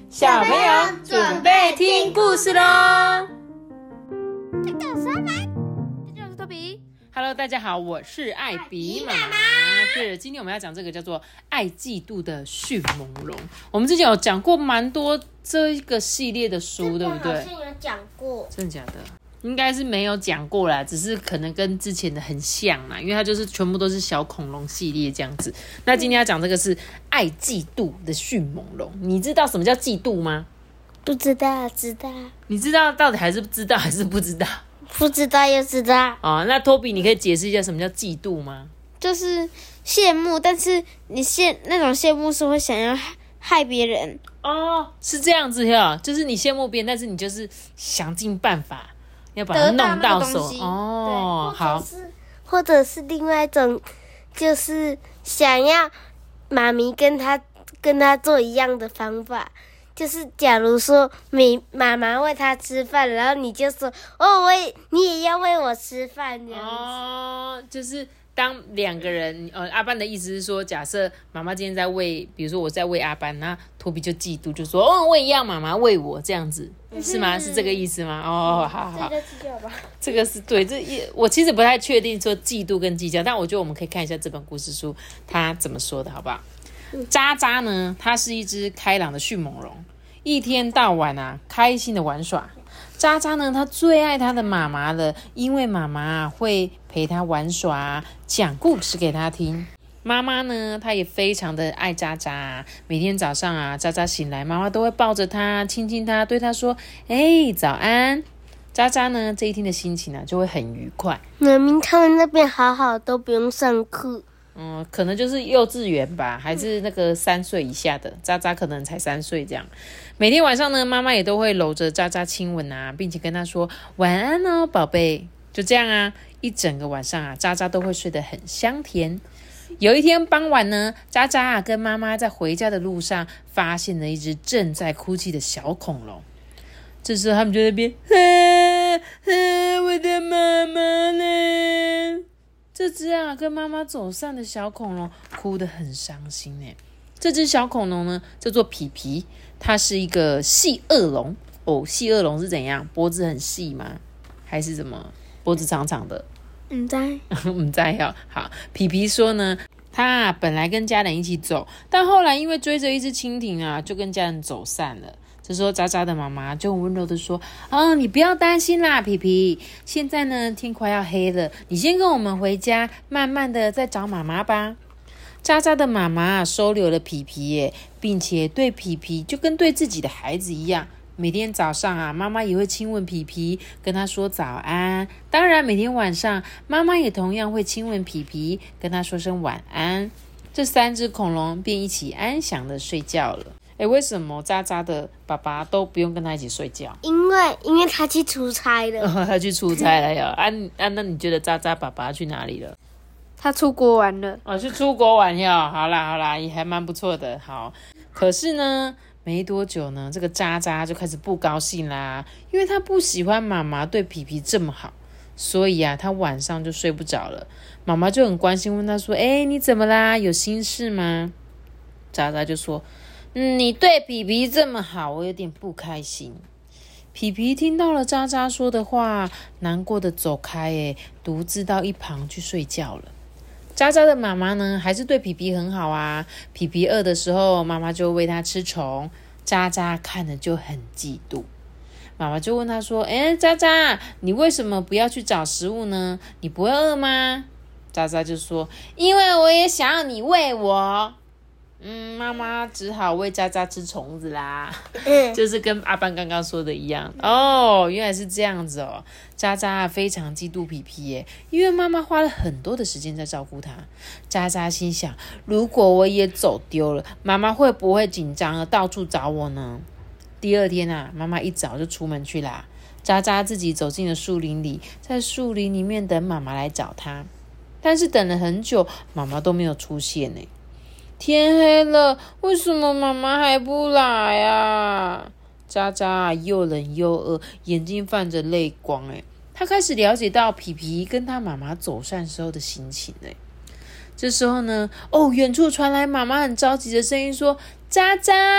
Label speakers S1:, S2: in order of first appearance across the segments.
S1: 小朋友准备听故事咯。
S2: 这个什么？这就是托比。
S1: Hello， 大家好，我是艾比妈妈。是，今天我们要讲这个叫做《爱嫉妒的迅猛龙》。我们之前有讲过蛮多这个系列的书，对不对？
S2: 好像有讲过。
S1: 真的假的？应该是没有讲过啦，只是可能跟之前的很像啦，因为它就是全部都是小恐龙系列这样子。那今天要讲这个是爱嫉妒的迅猛龙，你知道什么叫嫉妒吗？
S2: 不知道，知道。
S1: 你知道到底还是知道还是不知道？
S2: 不知道又知道。
S1: 哦，那托比，你可以解释一下什么叫嫉妒吗？
S2: 就是羡慕，但是你那种羡慕是会想要害别人。
S1: 哦，是这样子呀，就是你羡慕别人，但是你就是想尽办法要把它弄到手。哦，好。
S2: 或者是另外一种，就是想要妈咪跟他做一样的方法。就是假如说妈妈喂他吃饭，然后你就说你也要喂我吃饭这样子。
S1: 哦，就是当两个人，阿班的意思是说，假设妈妈今天在喂，比如说我在喂阿班，那托比就嫉妒，就说我也要妈妈喂我这样子，是吗？是这个意思吗？哦，好，
S2: 这个计较吧。
S1: 这个是对，我其实不太确定说嫉妒跟计较，但我觉得我们可以看一下这本故事书它怎么说的，好不好？渣渣呢，它是一只开朗的迅猛龙，一天到晚啊开心的玩耍。渣渣呢，他最爱他的妈妈了，因为妈妈会陪他玩耍，讲故事给他听。妈妈呢，她也非常的爱渣渣，每天早上啊，渣渣醒来，妈妈都会抱着他，亲亲他，对他说：“早安。”渣渣呢，这一天的心情啊，就会很愉快。
S2: 明明他们那边好好，都不用上课。
S1: 可能就是幼稚园吧，还是那个3岁以下的，渣渣可能才3岁这样。每天晚上呢，妈妈也都会搂着渣渣亲吻啊，并且跟他说晚安哦，宝贝。就这样啊，一整个晚上啊，渣渣都会睡得很香甜。有一天傍晚呢，渣渣啊跟妈妈在回家的路上，发现了一只正在哭泣的小恐龙。这时候他们就在那边，我的妈妈呢？这只啊跟妈妈走散的小恐龙哭得很伤心耶。这只小恐龙呢叫做皮皮，它是一个细颚龙。细颚龙是怎样？脖子很细吗？还是什么？脖子长长的？
S2: 不知道。
S1: 好，皮皮说呢，他本来跟家人一起走，但后来因为追着一只蜻蜓啊，就跟家人走散了。这时候渣渣的妈妈就很温柔的说，你不要担心啦，皮皮，现在呢天快要黑了，你先跟我们回家，慢慢的再找妈妈吧。渣渣的妈妈收留了皮皮耶，并且对皮皮就跟对自己的孩子一样，每天早上啊，妈妈也会亲吻皮皮，跟他说早安。当然每天晚上，妈妈也同样会亲吻皮皮，跟他说声晚安。这3只恐龙便一起安详的睡觉了。为什么渣渣的爸爸都不用跟他一起睡觉？
S2: 因为他去出差了。
S1: 他去出差了呀。那你觉得渣渣爸爸去哪里了？
S2: 他出国玩了。
S1: 去出国玩呀。好啦，也还蛮不错的。好，可是呢，没多久呢，这个渣渣就开始不高兴啦，因为他不喜欢妈妈对皮皮这么好，所以啊，他晚上就睡不着了。妈妈就很关心问他说：“你怎么啦？有心事吗？”渣渣就说：“你对皮皮这么好，我有点不开心。”皮皮听到了渣渣说的话，难过的走开，独自到一旁去睡觉了。渣渣的妈妈呢，还是对皮皮很好啊。皮皮饿的时候，妈妈就喂他吃虫。渣渣看了就很嫉妒。妈妈就问他说：“渣渣，你为什么不要去找食物呢？你不会饿吗？”渣渣就说：“因为我也想要你喂我。”妈妈只好喂渣渣吃虫子啦。就是跟阿班刚刚说的一样。原来是这样子哦。渣渣非常嫉妒皮皮耶，因为妈妈花了很多的时间在照顾他。渣渣心想，如果我也走丢了，妈妈会不会紧张的到处找我呢？第二天啊，妈妈一早就出门去啦。渣渣自己走进了树林里，在树林里面等妈妈来找他。但是等了很久，妈妈都没有出现耶。天黑了，为什么妈妈还不来啊？渣渣又冷又饿，眼睛泛着泪光。他开始了解到皮皮跟他妈妈走散时候的心情。这时候呢，远处传来妈妈很着急的声音说：“渣渣，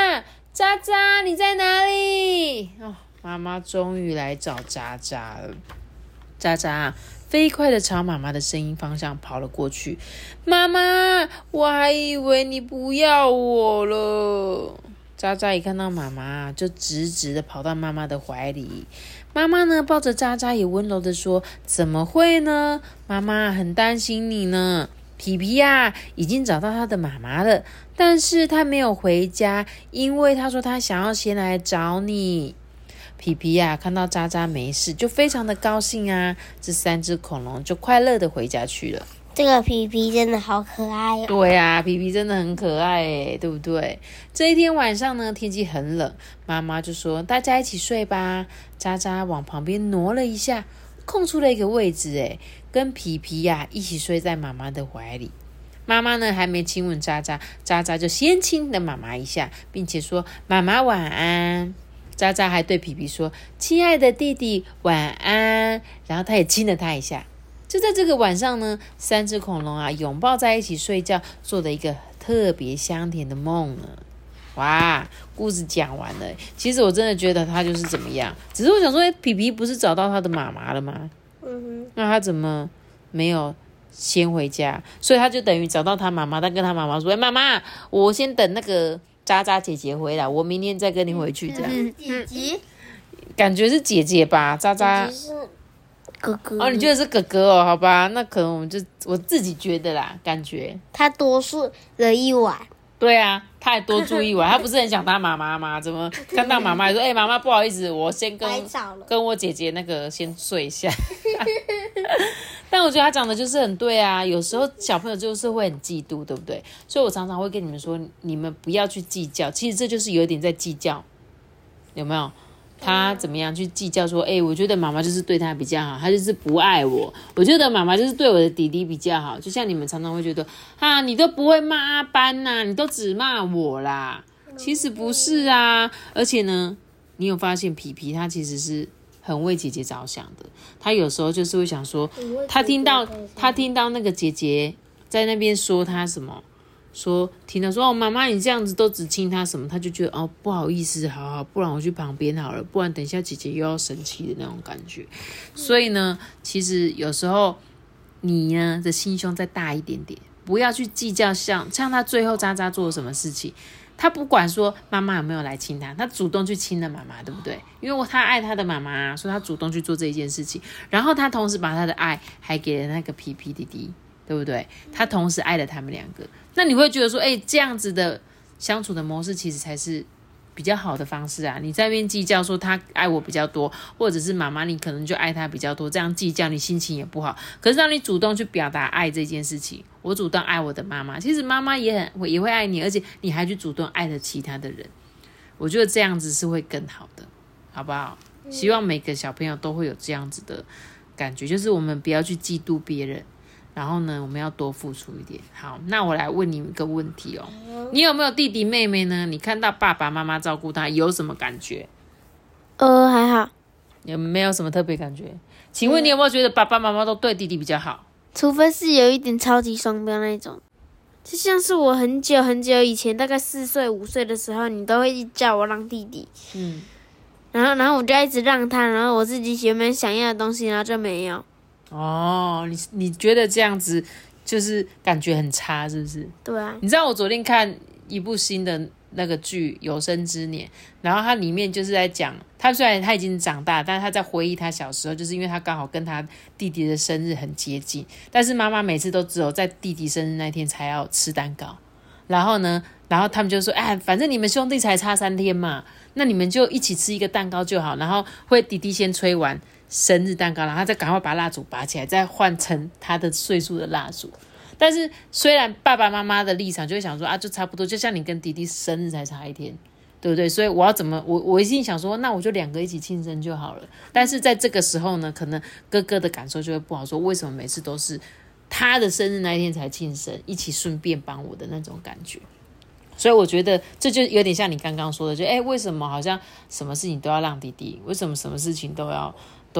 S1: 渣渣你在哪里？哦，妈妈终于来找渣渣了。渣渣飞快的朝妈妈的声音方向跑了过去。妈妈，我还以为你不要我了。渣渣一看到妈妈，就直直的跑到妈妈的怀里。妈妈呢，抱着渣渣也温柔的说：怎么会呢？妈妈很担心你呢。皮皮啊，已经找到他的妈妈了，但是他没有回家，因为他说他想要先来找你。皮皮啊，看到渣渣没事，就非常的高兴啊。这3只恐龙就快乐的回家去了。
S2: 这个皮皮真的好可爱哦。
S1: 对啊，皮皮真的很可爱耶，对不对？这一天晚上呢，天气很冷，妈妈就说大家一起睡吧。渣渣往旁边挪了一下，空出了一个位置耶，跟皮皮啊一起睡在妈妈的怀里。妈妈呢还没亲吻渣渣，渣渣就先亲了妈妈一下，并且说妈妈晚安。渣渣还对皮皮说亲爱的弟弟晚安，然后他也亲了他一下。就在这个晚上呢，3只恐龙啊拥抱在一起睡觉，做了一个特别香甜的梦呢。哇，故事讲完了。其实我真的觉得他就是怎么样，只是我想说，皮皮不是找到他的妈妈了吗？那他怎么没有先回家？所以他就等于找到他妈妈，他跟他妈妈说：“妈妈，我先等那个渣渣姐姐回来，我明天再跟你回去。”这样，
S2: 姐姐，
S1: 感觉是姐姐吧？渣渣
S2: 是哥哥
S1: 哦，你觉得是哥哥哦？好吧，那可能我自己觉得啦，感觉
S2: 他多睡了一晚。
S1: 对啊，他还多住一晚，他不是很想他妈妈吗？怎么看到妈妈说：“妈妈，不好意思，我先跟我姐姐那个先睡一下。”但我觉得他讲的就是很对啊，有时候小朋友就是会很嫉妒，对不对？所以我常常会跟你们说，你们不要去计较，其实这就是有点在计较，有没有？他怎么样去计较说，我觉得妈妈就是对他比较好，他就是不爱我。我觉得妈妈就是对我的弟弟比较好。就像你们常常会觉得，你都不会骂阿班呐，你都只骂我啦。其实不是啊，而且呢，你有发现皮皮他其实是很为姐姐着想的。他有时候就是会想说，他听到那个姐姐在那边说他什么。听到说妈妈你这样子都只亲他什么，他就觉得不好意思，好，不然我去旁边好了，不然等一下姐姐又要生气的那种感觉。所以呢，其实有时候你呢的心胸再大一点点，不要去计较像他最后渣渣做了什么事情，他不管说妈妈有没有来亲他，他主动去亲了妈妈，对不对？因为他爱他的妈妈，所以他主动去做这一件事情，然后他同时把他的爱还给了那个皮皮弟弟，对不对？他同时爱了他们2个。那你会觉得说，这样子的相处的模式其实才是比较好的方式啊！你在那边计较说他爱我比较多，或者是妈妈你可能就爱他比较多，这样计较你心情也不好。可是让你主动去表达爱这件事情，我主动爱我的妈妈，其实妈妈也会爱你，而且你还去主动爱了其他的人，我觉得这样子是会更好的，好不好？希望每个小朋友都会有这样子的感觉，就是我们不要去嫉妒别人。然后呢，我们要多付出一点。好，那我来问你一个问题哦，你有没有弟弟妹妹呢？你看到爸爸妈妈照顾他，有什么感觉？
S2: 还好。
S1: 有没有什么特别感觉？请问你有没有觉得爸爸妈妈都对弟弟比较好？
S3: 除非是有一点超级双标那种，就像是我很久很久以前，大概4岁5岁的时候，你都会叫我让弟弟，然后我就一直让他，然后我自己原本想要的东西，然后就没有。
S1: 你觉得这样子就是感觉很差，是不是？
S3: 对啊。
S1: 你知道我昨天看一部新的那个剧《有生之年》，然后它里面就是在讲，他虽然他已经长大，但是他在回忆他小时候，就是因为他刚好跟他弟弟的生日很接近，但是妈妈每次都只有在弟弟生日那天才要吃蛋糕，然后他们就说，反正你们兄弟才差3天嘛，那你们就一起吃一个蛋糕就好，然后会弟弟先吹完生日蛋糕，然后再赶快把蜡烛拔起来，再换成他的岁数的蜡烛。但是虽然爸爸妈妈的立场就会想说就差不多，就像你跟弟弟生日才差1天，对不对？所以我要怎么我一定想说，那我就2个一起庆生就好了。但是在这个时候呢，可能哥哥的感受就会不好，说为什么每次都是他的生日那一天才庆生，一起顺便帮我的那种感觉。所以我觉得这就有点像你刚刚说的，就为什么好像什么事情都要让弟弟，为什么什么事情都要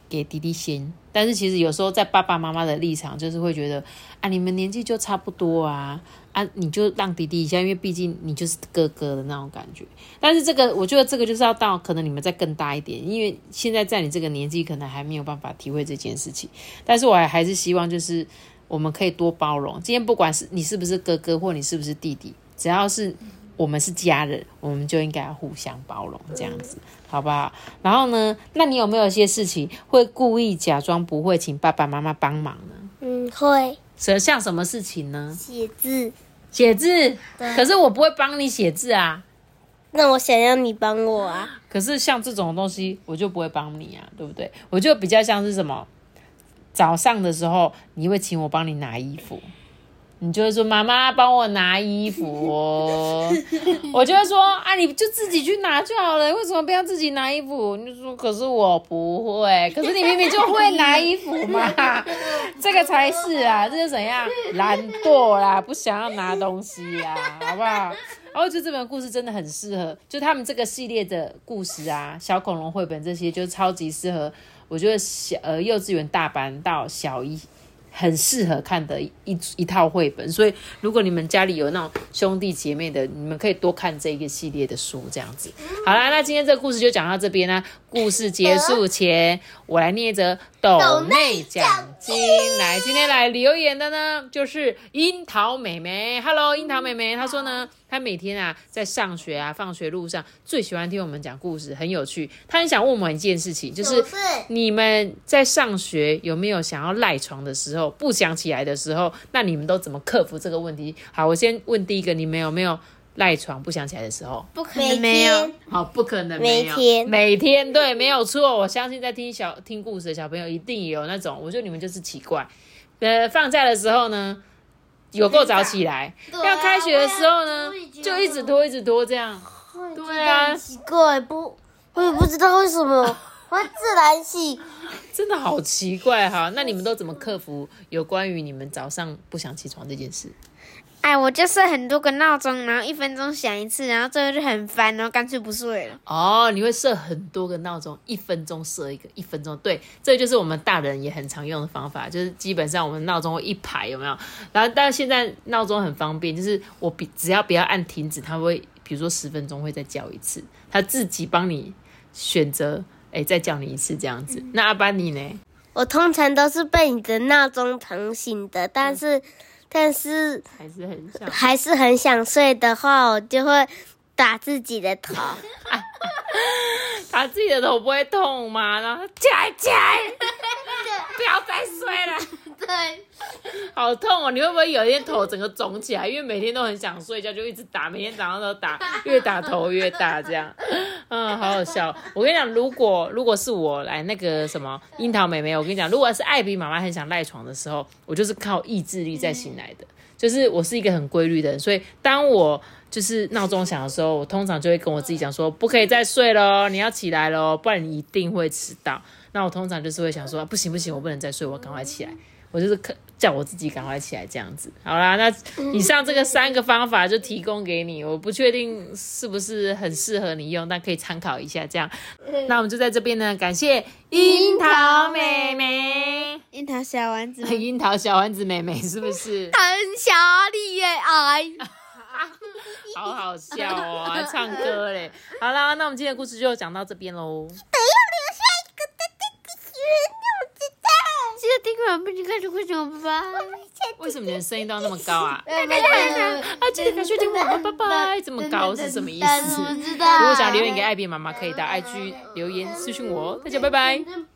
S1: 给弟弟先。但是其实有时候在爸爸妈妈的立场，就是会觉得啊，你们年纪就差不多啊，你就让弟弟一下，因为毕竟你就是哥哥的那种感觉。但是这个，我觉得这个就是要到可能你们再更大一点，因为现在在你这个年纪，可能还没有办法体会这件事情。但是我还是希望就是我们可以多包容。今天不管是你是不是哥哥，或你是不是弟弟，只要是我们是家人，我们就应该要互相包容，这样子，好不好？然后呢，那你有没有一些事情会故意假装不会，请爸爸妈妈帮忙呢？
S2: 会
S1: 像什么事情呢？
S2: 写字。
S1: 写字，可是我不会帮你写字啊。
S2: 那我想要你帮我啊。
S1: 可是像这种东西，我就不会帮你啊，对不对？我就比较像是什么，早上的时候你会请我帮你拿衣服。你就会说妈妈帮我拿衣服哦，我就会说啊，你就自己去拿就好了，为什么不要自己拿衣服？你就说可是我不会，可是你明明就会拿衣服嘛，这个才是啊，这是怎样懒惰啦，不想要拿东西啦，好不好？然后就这本故事真的很适合，就他们这个系列的故事啊，小恐龙绘本这些就超级适合，我觉得幼稚园大班到小一。很适合看的一套绘本，所以如果你们家里有那种兄弟姐妹的，你们可以多看这一个系列的书，这样子。好啦，那今天这个故事就讲到这边啦。故事结束前，我来念一则斗内奖金。来，今天来留言的呢，就是樱桃妹妹。Hello， 樱桃妹妹，她说呢，她每天啊在上学啊、放学路上最喜欢听我们讲故事，很有趣。她很想问我们一件事情，就是你们在上学有没有想要赖床的时候？不想起来的时候，那你们都怎么克服这个问题？好，我先问第一个，你们有没有赖床不想起来的时候？
S3: 不可能没有。
S1: 好，不可能没有。每天对，没有错。我相信在听故事的小朋友一定也有那种，我觉得你们就是奇怪。放假的时候呢，有够早起来，要开学的时候呢，就一直拖这样。对啊，
S2: 很奇怪，我也不知道为什么。我自然醒，
S1: 真的好奇怪哈。那你们都怎么克服有关于你们早上不想起床这件事？
S3: 我就设很多个闹钟，然后1分钟响一次，然后最后就很烦，然后干脆不睡了。
S1: 哦，你会设很多个闹钟，1分钟设一个，1分钟。对，这就是我们大人也很常用的方法，就是基本上我们闹钟会一排，有没有？然后但是现在闹钟很方便，就是只要不要按停止，它会比如说10分钟会再叫一次，它自己帮你选择。再叫你一次这样子。那阿班你呢？
S2: 我通常都是被你的闹钟疼醒的，但是还是很想睡的话，我就会打自己的头。
S1: 打自己的头不会痛吗？然后起来，不要再睡了。
S2: 对，
S1: 好痛哦！你会不会有一天头整个肿起来？因为每天都很想睡觉，就一直打，每天早上都打，越打头越大，这样，好好笑。我跟你讲，如果是我来那个什么樱桃妹妹，我跟你讲，如果是艾比妈妈很想赖床的时候，我就是靠意志力再醒来的。就是我是一个很规律的人，所以当我就是闹钟响的时候，我通常就会跟我自己讲说，不可以再睡了，你要起来了，不然你一定会迟到。那我通常就是会想说，不行，我不能再睡，我赶快起来。我就是叫我自己赶快起来这样子。好啦，那以上这个3个方法就提供给你，我不确定是不是很适合你用，但可以参考一下这样。那我们就在这边呢，感谢樱桃妹妹，
S3: 樱桃小丸子，
S1: 樱桃小丸子妹妹是不是？
S2: 很小你也爱。
S1: 好好笑哦，还唱歌嘞。好啦，那我们今天的故事就讲到这边喽。
S3: 记得订阅我们，开始快点，拜拜。
S1: 为什么你的声音都要那么高啊？记得赶快订阅我们，拜拜。这么高是什么意思？如果想留言给艾比妈妈，可以到 IG 留言私讯我。大家拜拜。